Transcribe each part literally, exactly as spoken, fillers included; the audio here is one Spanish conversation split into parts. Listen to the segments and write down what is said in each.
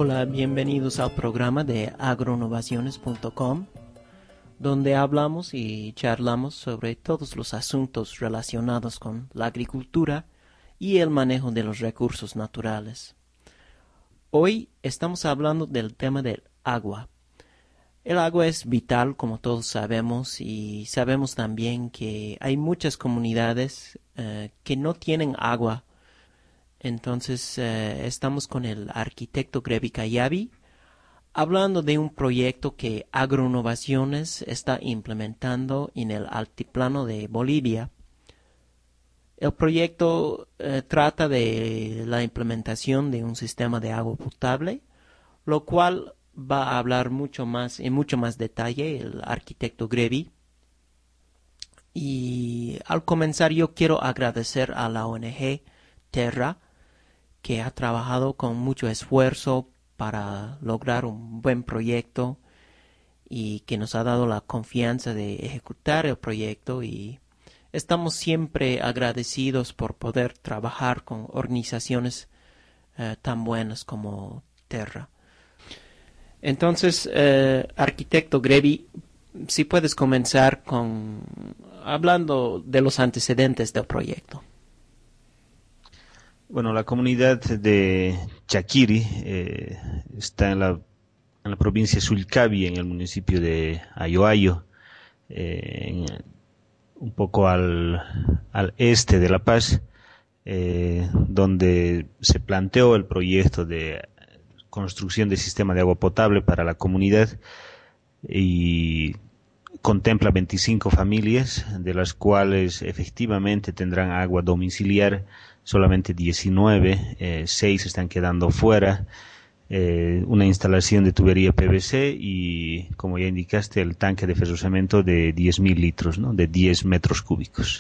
Hola, bienvenidos al programa de agroinnovaciones punto com, donde hablamos y charlamos sobre todos los asuntos relacionados con la agricultura y el manejo de los recursos naturales. Hoy estamos hablando del tema del agua. El agua es vital, como todos sabemos, y sabemos también que hay muchas comunidades eh, que no tienen agua. Entonces eh, estamos con el arquitecto Grevi Callavi hablando de un proyecto que Agroinnovaciones está implementando en el altiplano de Bolivia. El proyecto eh, trata de la implementación de un sistema de agua potable, lo cual va a hablar mucho más, en mucho más detalle el arquitecto Grevi. Y al comenzar yo quiero agradecer a la O N G Terra, que ha trabajado con mucho esfuerzo para lograr un buen proyecto y que nos ha dado la confianza de ejecutar el proyecto, y estamos siempre agradecidos por poder trabajar con organizaciones eh, tan buenas como Terra. Entonces, eh, arquitecto Grevi, si puedes comenzar con hablando de los antecedentes del proyecto. Bueno, la comunidad de Chaquiri eh, está en la, en la provincia de Sulcavi, en el municipio de Ayoayo, eh, en, un poco al, al este de La Paz, eh, donde se planteó el proyecto de construcción de sistema de agua potable para la comunidad y contempla veinticinco familias, de las cuales efectivamente tendrán agua domiciliar solamente diecinueve, eh, seis están quedando fuera, eh, una instalación de tubería P V C y, como ya indicaste, el tanque de ferrocemento de diez mil litros, ¿no? De diez metros cúbicos.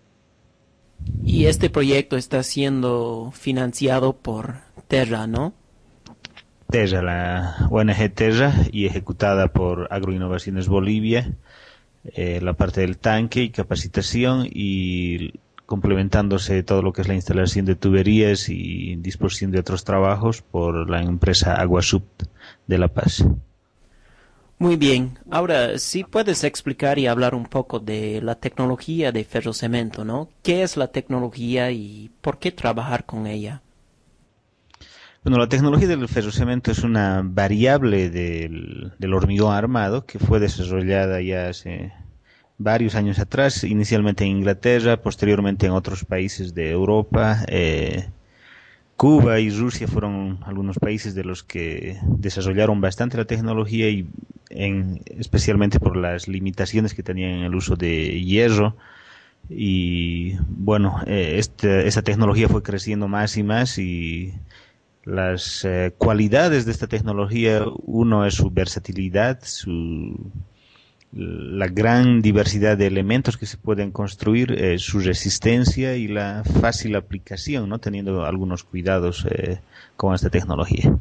Y este proyecto está siendo financiado por Terra, ¿no? Terra, la O N G Terra, y ejecutada por Agroinnovaciones Bolivia, eh, la parte del tanque y capacitación, y complementándose todo lo que es la instalación de tuberías y disposición de otros trabajos por la empresa Aguasub de La Paz. Muy bien. Ahora, si puedes explicar y hablar un poco de la tecnología de ferrocemento, ¿no? ¿Qué es la tecnología y por qué trabajar con ella? Bueno, la tecnología del ferrocemento es una variable del, del hormigón armado que fue desarrollada ya hace varios años atrás, inicialmente en Inglaterra, posteriormente en otros países de Europa. eh, Cuba y Rusia fueron algunos países de los que desarrollaron bastante la tecnología, y en, especialmente por las limitaciones que tenían en el uso de hierro. Y bueno, eh, este, esta tecnología fue creciendo más y más, y las eh, cualidades de esta tecnología, uno es su versatilidad, su la gran diversidad de elementos que se pueden construir, eh, su resistencia y la fácil aplicación, ¿no? Teniendo algunos cuidados eh, con esta tecnología.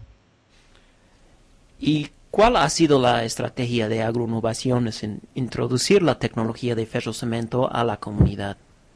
¿Y cuál ha sido la estrategia de Agroinnovaciones en introducir la tecnología de ferrocemento a la comunidad?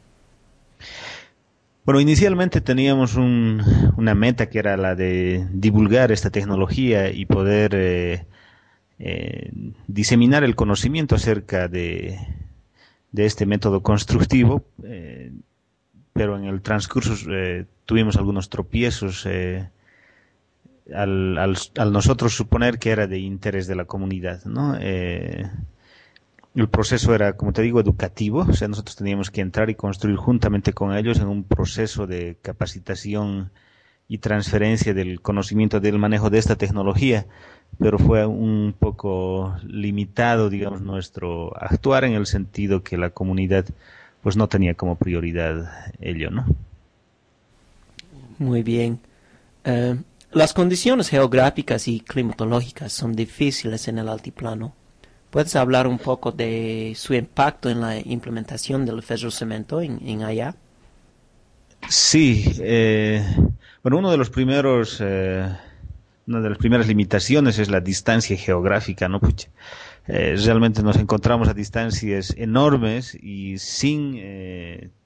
Bueno, inicialmente teníamos un, una meta que era la de divulgar esta tecnología y poder eh, eh, diseminar el conocimiento acerca de, de este método constructivo, eh, pero en el transcurso eh, tuvimos algunos tropiezos eh, al, al, al nosotros suponer que era de interés de la comunidad, ¿no? Eh, el proceso era, como te digo, educativo, o sea, nosotros teníamos que entrar y construir juntamente con ellos en un proceso de capacitación y transferencia del conocimiento del manejo de esta tecnología, pero fue un poco limitado, digamos, nuestro actuar, en el sentido que la comunidad pues no tenía como prioridad ello, ¿no? Muy bien. Uh, las condiciones geográficas y climatológicas son difíciles en el altiplano. ¿Puedes hablar un poco de su impacto en la implementación del ferrocemento en, en allá? Sí, eh, bueno, uno de los primeros, eh, una de las primeras limitaciones es la distancia geográfica, ¿no? Pucha, eh, realmente nos encontramos a distancias enormes y sin eh,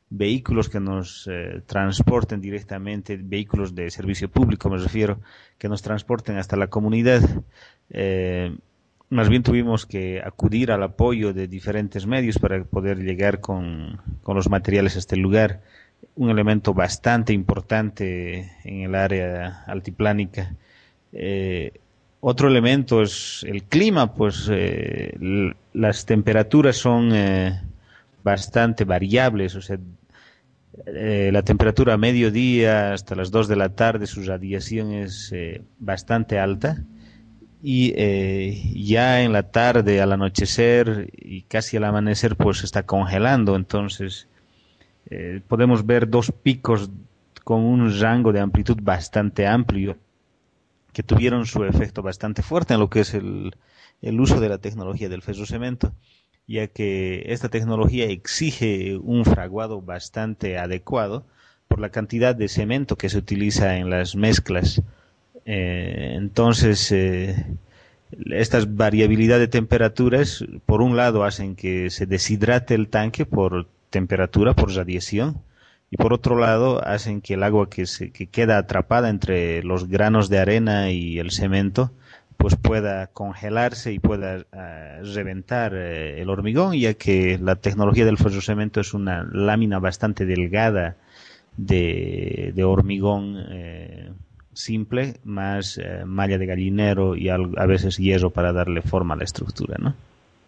vehículos que nos eh, transporten directamente, vehículos de servicio público me refiero, que nos transporten hasta la comunidad. Eh, más bien tuvimos que acudir al apoyo de diferentes medios para poder llegar con, con los materiales a este lugar, un elemento bastante importante en el área altiplánica. Eh, otro elemento es el clima, pues eh, l- las temperaturas son eh, bastante variables, o sea, eh, la temperatura a mediodía hasta las dos de la tarde, su radiación es eh, bastante alta y eh, ya en la tarde, al anochecer y casi al amanecer, pues está congelando, entonces eh, podemos ver dos picos con un rango de amplitud bastante amplio que tuvieron su efecto bastante fuerte en lo que es el, el uso de la tecnología del ferrocemento, ya que esta tecnología exige un fraguado bastante adecuado por la cantidad de cemento que se utiliza en las mezclas. Eh, entonces, eh, estas variabilidad de temperaturas, por un lado, hacen que se deshidrate el tanque por temperatura, por radiación, y por otro lado, hacen que el agua que, se, que queda atrapada entre los granos de arena y el cemento, pues pueda congelarse y pueda uh, reventar uh, el hormigón, ya que la tecnología del ferrocemento es una lámina bastante delgada de, de hormigón eh, simple, más eh, malla de gallinero y al, a veces hierro para darle forma a la estructura, ¿no?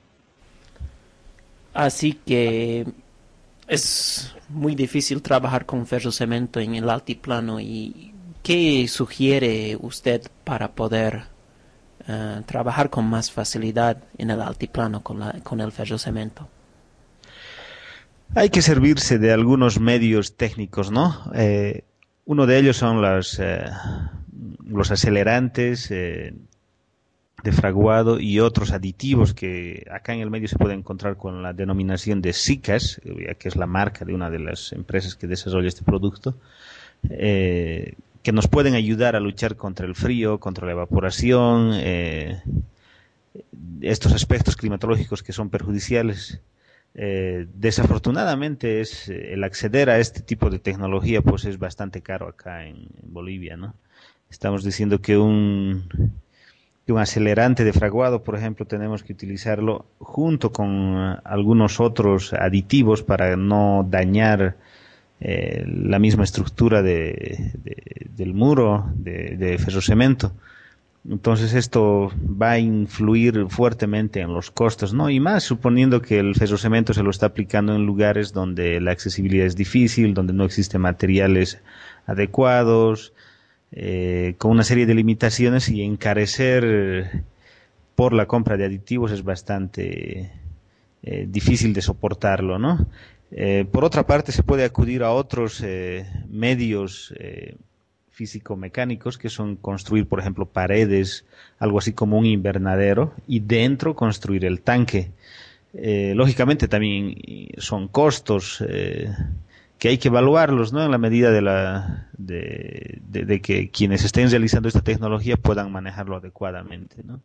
Así que es muy difícil trabajar con ferrocemento en el altiplano. ¿Y qué sugiere usted para poder uh, trabajar con más facilidad en el altiplano con, la, con el ferrocemento? Hay que servirse de algunos medios técnicos, ¿no? Eh, uno de ellos son las, eh, los acelerantes eh, de fraguado y otros aditivos que acá en el medio se puede encontrar con la denominación de SICAS, ya que es la marca de una de las empresas que desarrolla este producto, eh, que nos pueden ayudar a luchar contra el frío, contra la evaporación, eh, estos aspectos climatológicos que son perjudiciales. Eh, desafortunadamente es el acceder a este tipo de tecnología pues es bastante caro acá en, en Bolivia, ¿no? Estamos diciendo que un que un acelerante de fraguado, por ejemplo, tenemos que utilizarlo junto con uh, algunos otros aditivos para no dañar eh, la misma estructura de, de, del muro de, de ferrocemento. Entonces esto va a influir fuertemente en los costos, ¿no? Y más suponiendo que el ferrocemento se lo está aplicando en lugares donde la accesibilidad es difícil, donde no existen materiales adecuados, eh, con una serie de limitaciones, y encarecer por la compra de aditivos es bastante eh, difícil de soportarlo, ¿no? Eh, por otra parte, se puede acudir a otros eh, medios eh, físico-mecánicos, que son construir, por ejemplo, paredes, algo así como un invernadero, y dentro construir el tanque. Eh, lógicamente también son costos eh, que hay que evaluarlos, ¿no? En la medida de, la, de, de, de que quienes estén realizando esta tecnología puedan manejarlo adecuadamente, ¿no?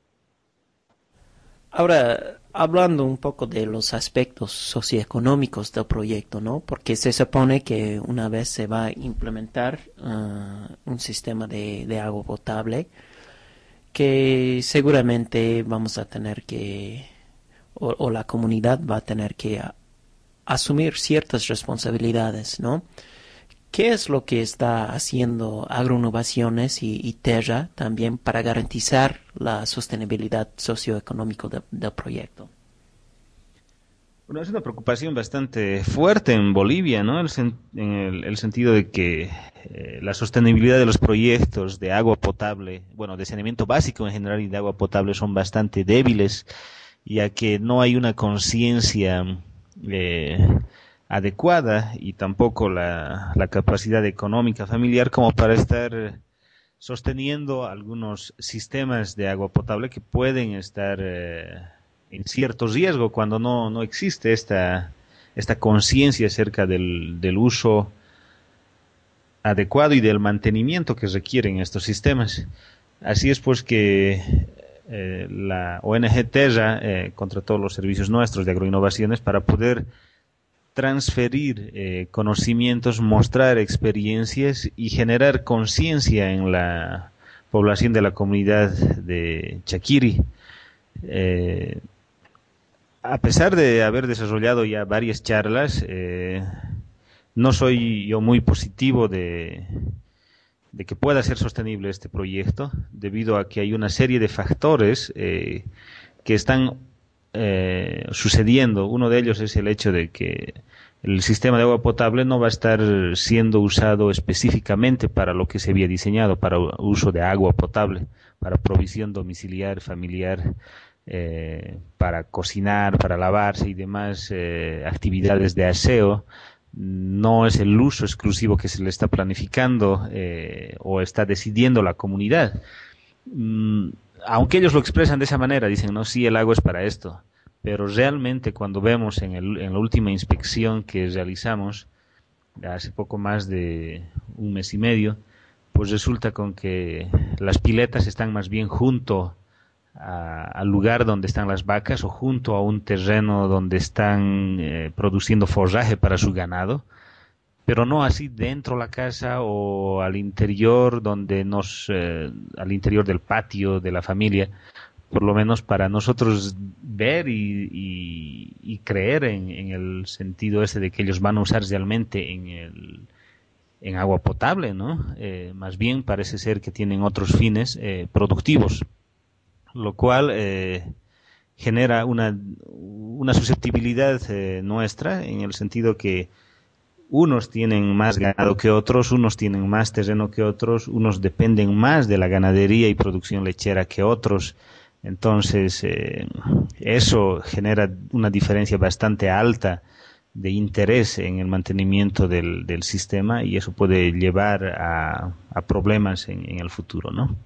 Ahora, hablando un poco de los aspectos socioeconómicos del proyecto, ¿no? Porque se supone que una vez se va a implementar uh, un sistema de, de agua potable, que seguramente vamos a tener que, o, o la comunidad va a tener que a, asumir ciertas responsabilidades, ¿no? ¿Qué es lo que está haciendo Agroinnovaciones y, y Terra también para garantizar la sostenibilidad socioeconómica de, del proyecto? Bueno, es una preocupación bastante fuerte en Bolivia, ¿no? El sen- en el, el sentido de que eh, la sostenibilidad de los proyectos de agua potable, bueno, de saneamiento básico en general y de agua potable son bastante débiles, ya que no hay una conciencia eh, adecuada y tampoco la, la capacidad económica familiar como para estar sosteniendo algunos sistemas de agua potable que pueden estar eh, en cierto riesgo cuando no, no existe esta, esta conciencia acerca del, del uso adecuado y del mantenimiento que requieren estos sistemas. Así es pues que eh, la O N G Terra eh, contrató los servicios nuestros de agroinnovaciones para poder transferir eh, conocimientos, mostrar experiencias y generar conciencia en la población de la comunidad de Chaquiri. Eh, a pesar de haber desarrollado ya varias charlas, eh, no soy yo muy positivo de, de que pueda ser sostenible este proyecto, debido a que hay una serie de factores eh, que están eh, sucediendo. Uno de ellos es el hecho de que el sistema de agua potable no va a estar siendo usado específicamente para lo que se había diseñado, para uso de agua potable, para provisión domiciliar, familiar, eh, para cocinar, para lavarse y demás eh, actividades de aseo. No es el uso exclusivo que se le está planificando eh, o está decidiendo la comunidad. Mm, aunque ellos lo expresan de esa manera, dicen, no, sí, el agua es para esto, pero realmente cuando vemos en, el, en la última inspección que realizamos, hace poco más de un mes y medio, pues resulta con que las piletas están más bien junto a, al lugar donde están las vacas o junto a un terreno donde están eh, produciendo forraje para su ganado, pero no así dentro de la casa o al interior donde nos, eh, al interior del patio de la familia, por lo menos para nosotros ver y, y, y creer en, en el sentido ese de que ellos van a usar realmente en el en agua potable, ¿no? Eh, más bien parece ser que tienen otros fines eh, productivos, lo cual eh, genera una, una susceptibilidad eh, nuestra en el sentido que unos tienen más ganado que otros, unos tienen más terreno que otros, unos dependen más de la ganadería y producción lechera que otros. Entonces, eh, eso genera una diferencia bastante alta de interés en el mantenimiento del, del sistema y eso puede llevar a, a problemas en, en el futuro, ¿no?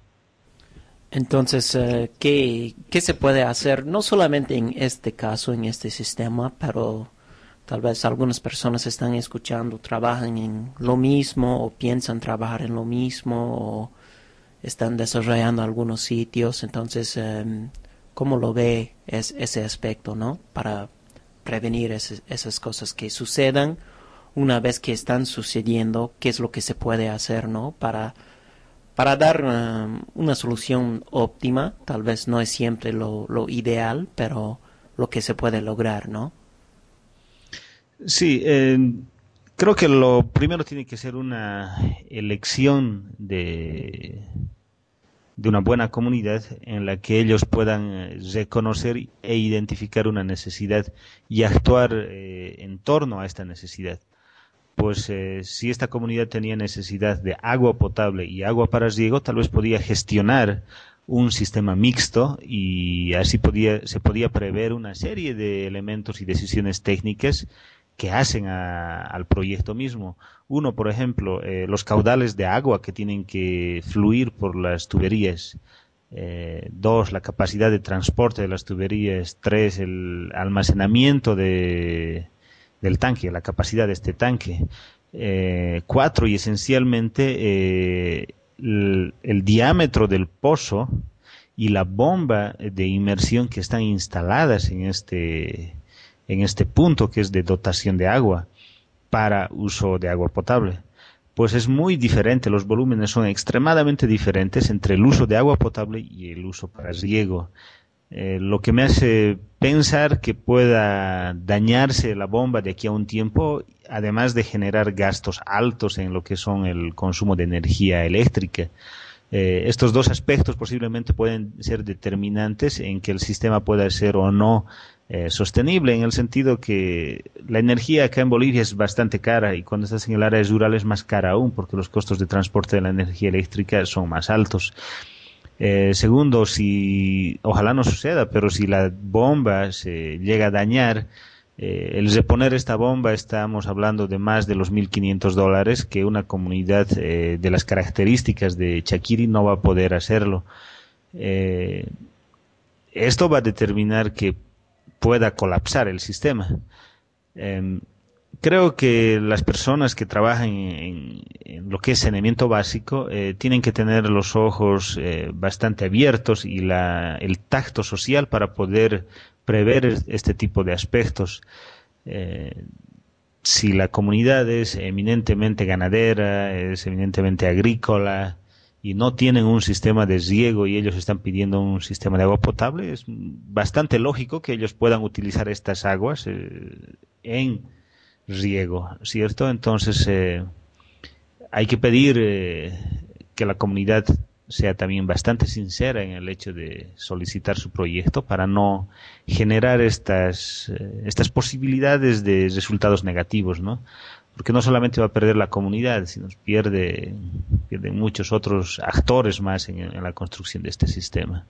Entonces, eh, ¿qué, ¿qué se puede hacer? No solamente en este caso, en este sistema, pero tal vez algunas personas están escuchando, trabajan en lo mismo o piensan trabajar en lo mismo o están desarrollando algunos sitios. Entonces, eh, ¿cómo lo ve es, ese aspecto, ¿no? Para prevenir ese, esas cosas que sucedan una vez que están sucediendo, ¿qué es lo que se puede hacer, ¿no? Para, para dar uh, una solución óptima, tal vez no es siempre lo, lo ideal, pero lo que se puede lograr, ¿no? Sí, eh, creo que lo primero tiene que ser una elección de, de una buena comunidad en la que ellos puedan reconocer e identificar una necesidad y actuar eh, en torno a esta necesidad. Pues eh, si esta comunidad tenía necesidad de agua potable y agua para riego, tal vez podía gestionar un sistema mixto y así podía, se podía prever una serie de elementos y decisiones técnicas que hacen a, al proyecto mismo. Uno, por ejemplo, eh, los caudales de agua que tienen que fluir por las tuberías. Eh, dos, la capacidad de transporte de las tuberías. Tres, el almacenamiento de, del tanque, la capacidad de este tanque. Eh, cuatro, y esencialmente, eh, el, el diámetro del pozo y la bomba de inmersión que están instaladas en este en este punto que es de dotación de agua para uso de agua potable. Pues es muy diferente, los volúmenes son extremadamente diferentes entre el uso de agua potable y el uso para riego. Eh, lo que me hace pensar que pueda dañarse la bomba de aquí a un tiempo, además de generar gastos altos en lo que son el consumo de energía eléctrica. Eh, estos dos aspectos posiblemente pueden ser determinantes en que el sistema pueda ser o no Eh, sostenible, en el sentido que la energía acá en Bolivia es bastante cara y cuando estás en el área rural es más cara aún porque los costos de transporte de la energía eléctrica son más altos. Eh, segundo, si ojalá no suceda, pero si la bomba se llega a dañar, eh, el reponer esta bomba estamos hablando de más de los mil quinientos dólares que una comunidad eh, de las características de Chaquiri no va a poder hacerlo. Eh, esto va a determinar que pueda colapsar el sistema. Eh, creo que las personas que trabajan en, en lo que es saneamiento básico eh, tienen que tener los ojos eh, bastante abiertos y la, el tacto social para poder prever este tipo de aspectos. Eh, si la comunidad es eminentemente ganadera, es eminentemente agrícola y no tienen un sistema de riego y ellos están pidiendo un sistema de agua potable, es bastante lógico que ellos puedan utilizar estas aguas eh, en riego, ¿cierto? Entonces eh, hay que pedir eh, que la comunidad sea también bastante sincera en el hecho de solicitar su proyecto para no generar estas, eh, estas posibilidades de resultados negativos, ¿no? Porque no solamente va a perder la comunidad, sino pierde, pierden muchos otros actores más en, en la construcción de este sistema.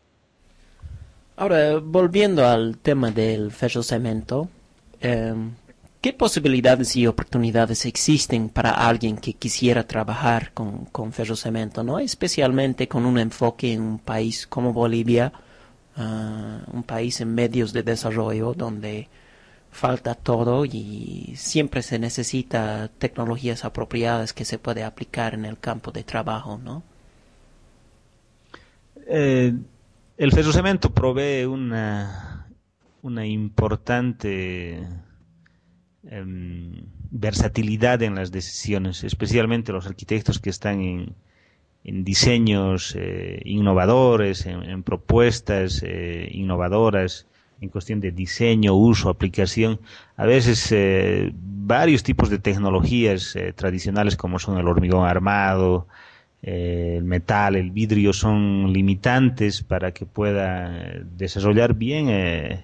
Ahora, volviendo al tema del ferrocemento, eh, ¿qué posibilidades y oportunidades existen para alguien que quisiera trabajar con, con ferrocemento, ¿no? Especialmente con un enfoque en un país como Bolivia, uh, un país en medios de desarrollo donde falta todo y siempre se necesita tecnologías apropiadas que se puede aplicar en el campo de trabajo, ¿no? Eh, el ferrocemento provee una, una importante eh, versatilidad en las decisiones, especialmente los arquitectos que están en, en diseños eh, innovadores, en, en propuestas eh, innovadoras, en cuestión de diseño, uso, aplicación. A veces eh, varios tipos de tecnologías eh, tradicionales como son el hormigón armado, eh, el metal, el vidrio son limitantes para que pueda desarrollar bien eh,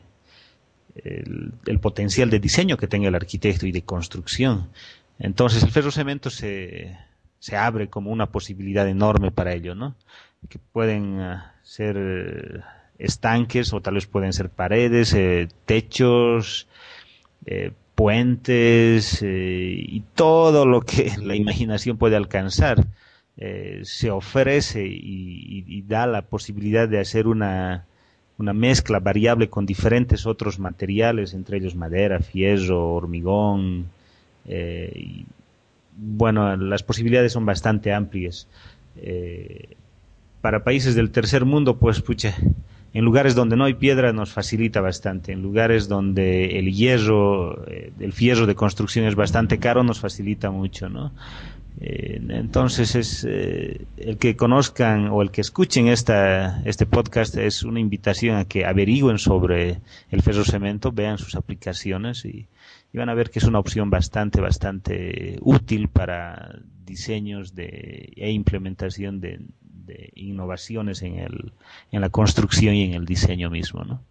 el, el potencial de diseño que tenga el arquitecto y de construcción. Entonces el ferrocemento se, se abre como una posibilidad enorme para ello, ¿no? Que pueden uh, ser uh, estanques o tal vez pueden ser paredes, eh, techos, eh, puentes eh, y todo lo que la imaginación puede alcanzar eh, se ofrece y, y, y da la posibilidad de hacer una, una mezcla variable con diferentes otros materiales, entre ellos madera, fierro, hormigón. Eh, y, bueno, las posibilidades son bastante amplias. Eh, para países del tercer mundo, pues, pucha, en lugares donde no hay piedra nos facilita bastante. En lugares donde el hierro, eh, el fierro de construcción es bastante caro, nos facilita mucho, ¿no? Eh, entonces es eh, el que conozcan o el que escuchen esta, este podcast es una invitación a que averigüen sobre el ferrocemento, vean sus aplicaciones y, y van a ver que es una opción bastante, bastante útil para diseños de, e implementación de, de innovaciones en, el, en la construcción y en el diseño mismo, ¿no?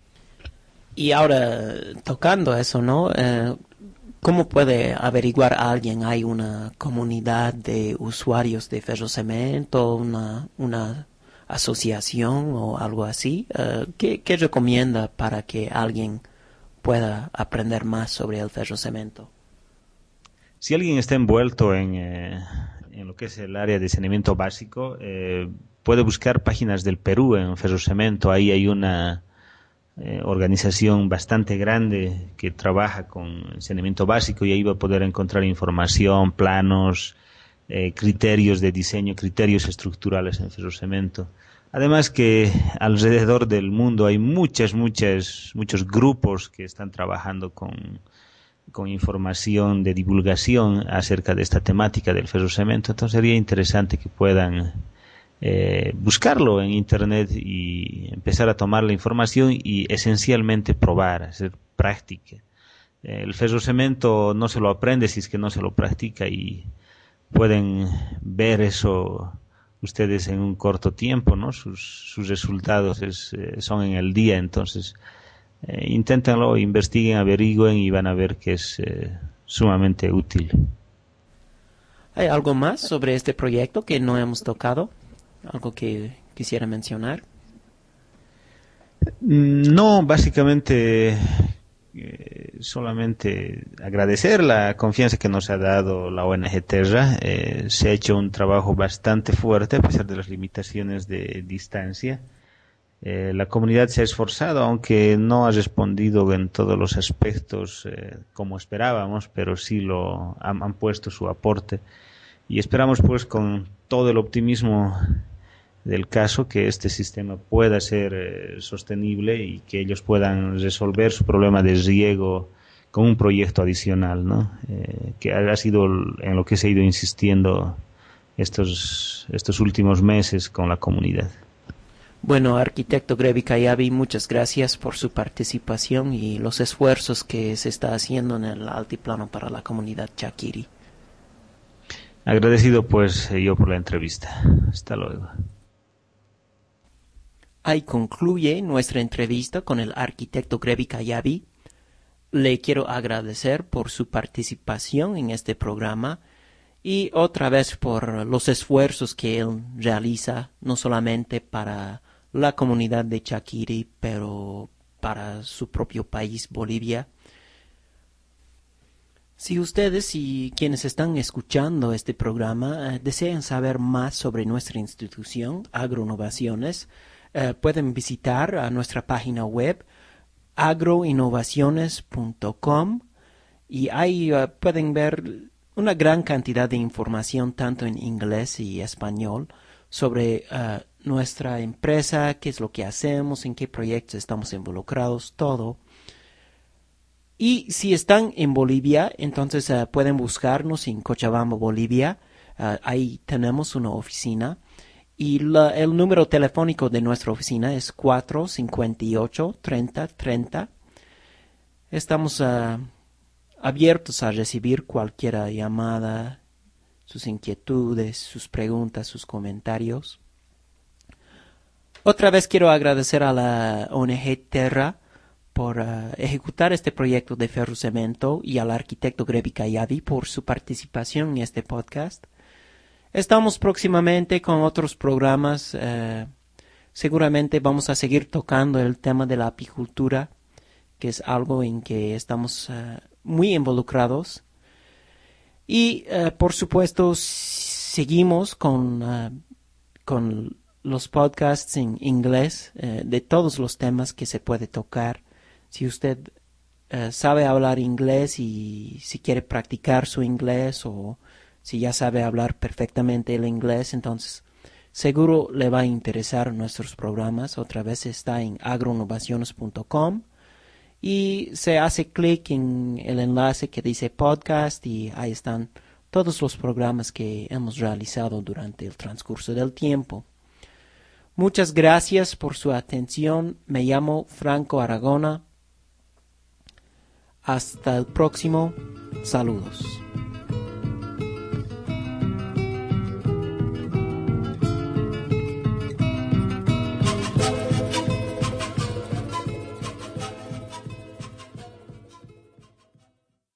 Y ahora, tocando eso, ¿no? Eh, ¿Cómo puede averiguar a alguien? ¿Hay una comunidad de usuarios de ferrocemento, una, una asociación o algo así? Uh, ¿qué, ¿Qué recomienda para que alguien pueda aprender más sobre el ferrocemento? Si alguien está envuelto en, eh, en lo que es el área de saneamiento básico, eh, puede buscar páginas del Perú en ferrocemento. Ahí hay una Eh, organización bastante grande que trabaja con saneamiento básico y ahí va a poder encontrar información, planos, eh, criterios de diseño, criterios estructurales en ferrocemento. Además que alrededor del mundo hay muchas, muchas, muchos grupos que están trabajando con, con información de divulgación acerca de esta temática del ferrocemento. Entonces sería interesante que puedan Eh, buscarlo en internet y empezar a tomar la información y esencialmente probar, hacer práctica. Eh, el ferrocemento no se lo aprende si es que no se lo practica y pueden ver eso ustedes en un corto tiempo, ¿no? Sus, sus resultados es, eh, son en el día, entonces eh, inténtenlo, investiguen, averigüen y van a ver que es eh, sumamente útil. ¿Hay algo más sobre este proyecto que no hemos tocado? ¿Algo que quisiera mencionar? No, básicamente eh, solamente agradecer la confianza que nos ha dado la O N G Terra. Eh, se ha hecho un trabajo bastante fuerte a pesar de las limitaciones de distancia. Eh, la comunidad se ha esforzado, aunque no ha respondido en todos los aspectos eh, como esperábamos, pero sí lo han, han puesto su aporte. Y esperamos pues con todo el optimismo del caso que este sistema pueda ser eh, sostenible y que ellos puedan resolver su problema de riego como un proyecto adicional, ¿no? Eh, que ha sido en lo que se ha ido insistiendo estos, estos últimos meses con la comunidad. Bueno, arquitecto Grevi Kayabi, muchas gracias por su participación y los esfuerzos que se está haciendo en el altiplano para la comunidad chaquiri. Agradecido pues yo por la entrevista. Hasta luego. Ahí concluye nuestra entrevista con el arquitecto Grevi Kayabi. Le quiero agradecer por su participación en este programa y otra vez por los esfuerzos que él realiza, no solamente para la comunidad de Chaquiri, pero para su propio país, Bolivia. Si ustedes y quienes están escuchando este programa eh, desean saber más sobre nuestra institución, Agroinnovaciones, eh, pueden visitar a nuestra página web agroinnovaciones punto com y ahí uh, pueden ver una gran cantidad de información tanto en inglés y español sobre uh, nuestra empresa, qué es lo que hacemos, en qué proyectos estamos involucrados, todo. Y si están en Bolivia, entonces uh, pueden buscarnos en Cochabamba, Bolivia. Uh, ahí tenemos una oficina. Y la, el número telefónico de nuestra oficina es cuatro cinco ocho, treinta, treinta. Estamos uh, abiertos a recibir cualquier llamada, sus inquietudes, sus preguntas, sus comentarios. Otra vez quiero agradecer a la O N G Terra por uh, ejecutar este proyecto de ferrocemento y al arquitecto Grevi Kayabi por su participación en este podcast. Estamos próximamente con otros programas. Eh, seguramente vamos a seguir tocando el tema de la apicultura, que es algo en que estamos uh, muy involucrados. Y, uh, por supuesto, seguimos con, uh, con los podcasts en inglés uh, de todos los temas que se puede tocar. Si usted uh, sabe hablar inglés y si quiere practicar su inglés o si ya sabe hablar perfectamente el inglés, entonces seguro le va a interesar nuestros programas. Otra vez está en agroinnovaciones punto com y se hace clic en el enlace que dice podcast y ahí están todos los programas que hemos realizado durante el transcurso del tiempo. Muchas gracias por su atención. Me llamo Franco Aragona. Hasta el próximo. Saludos.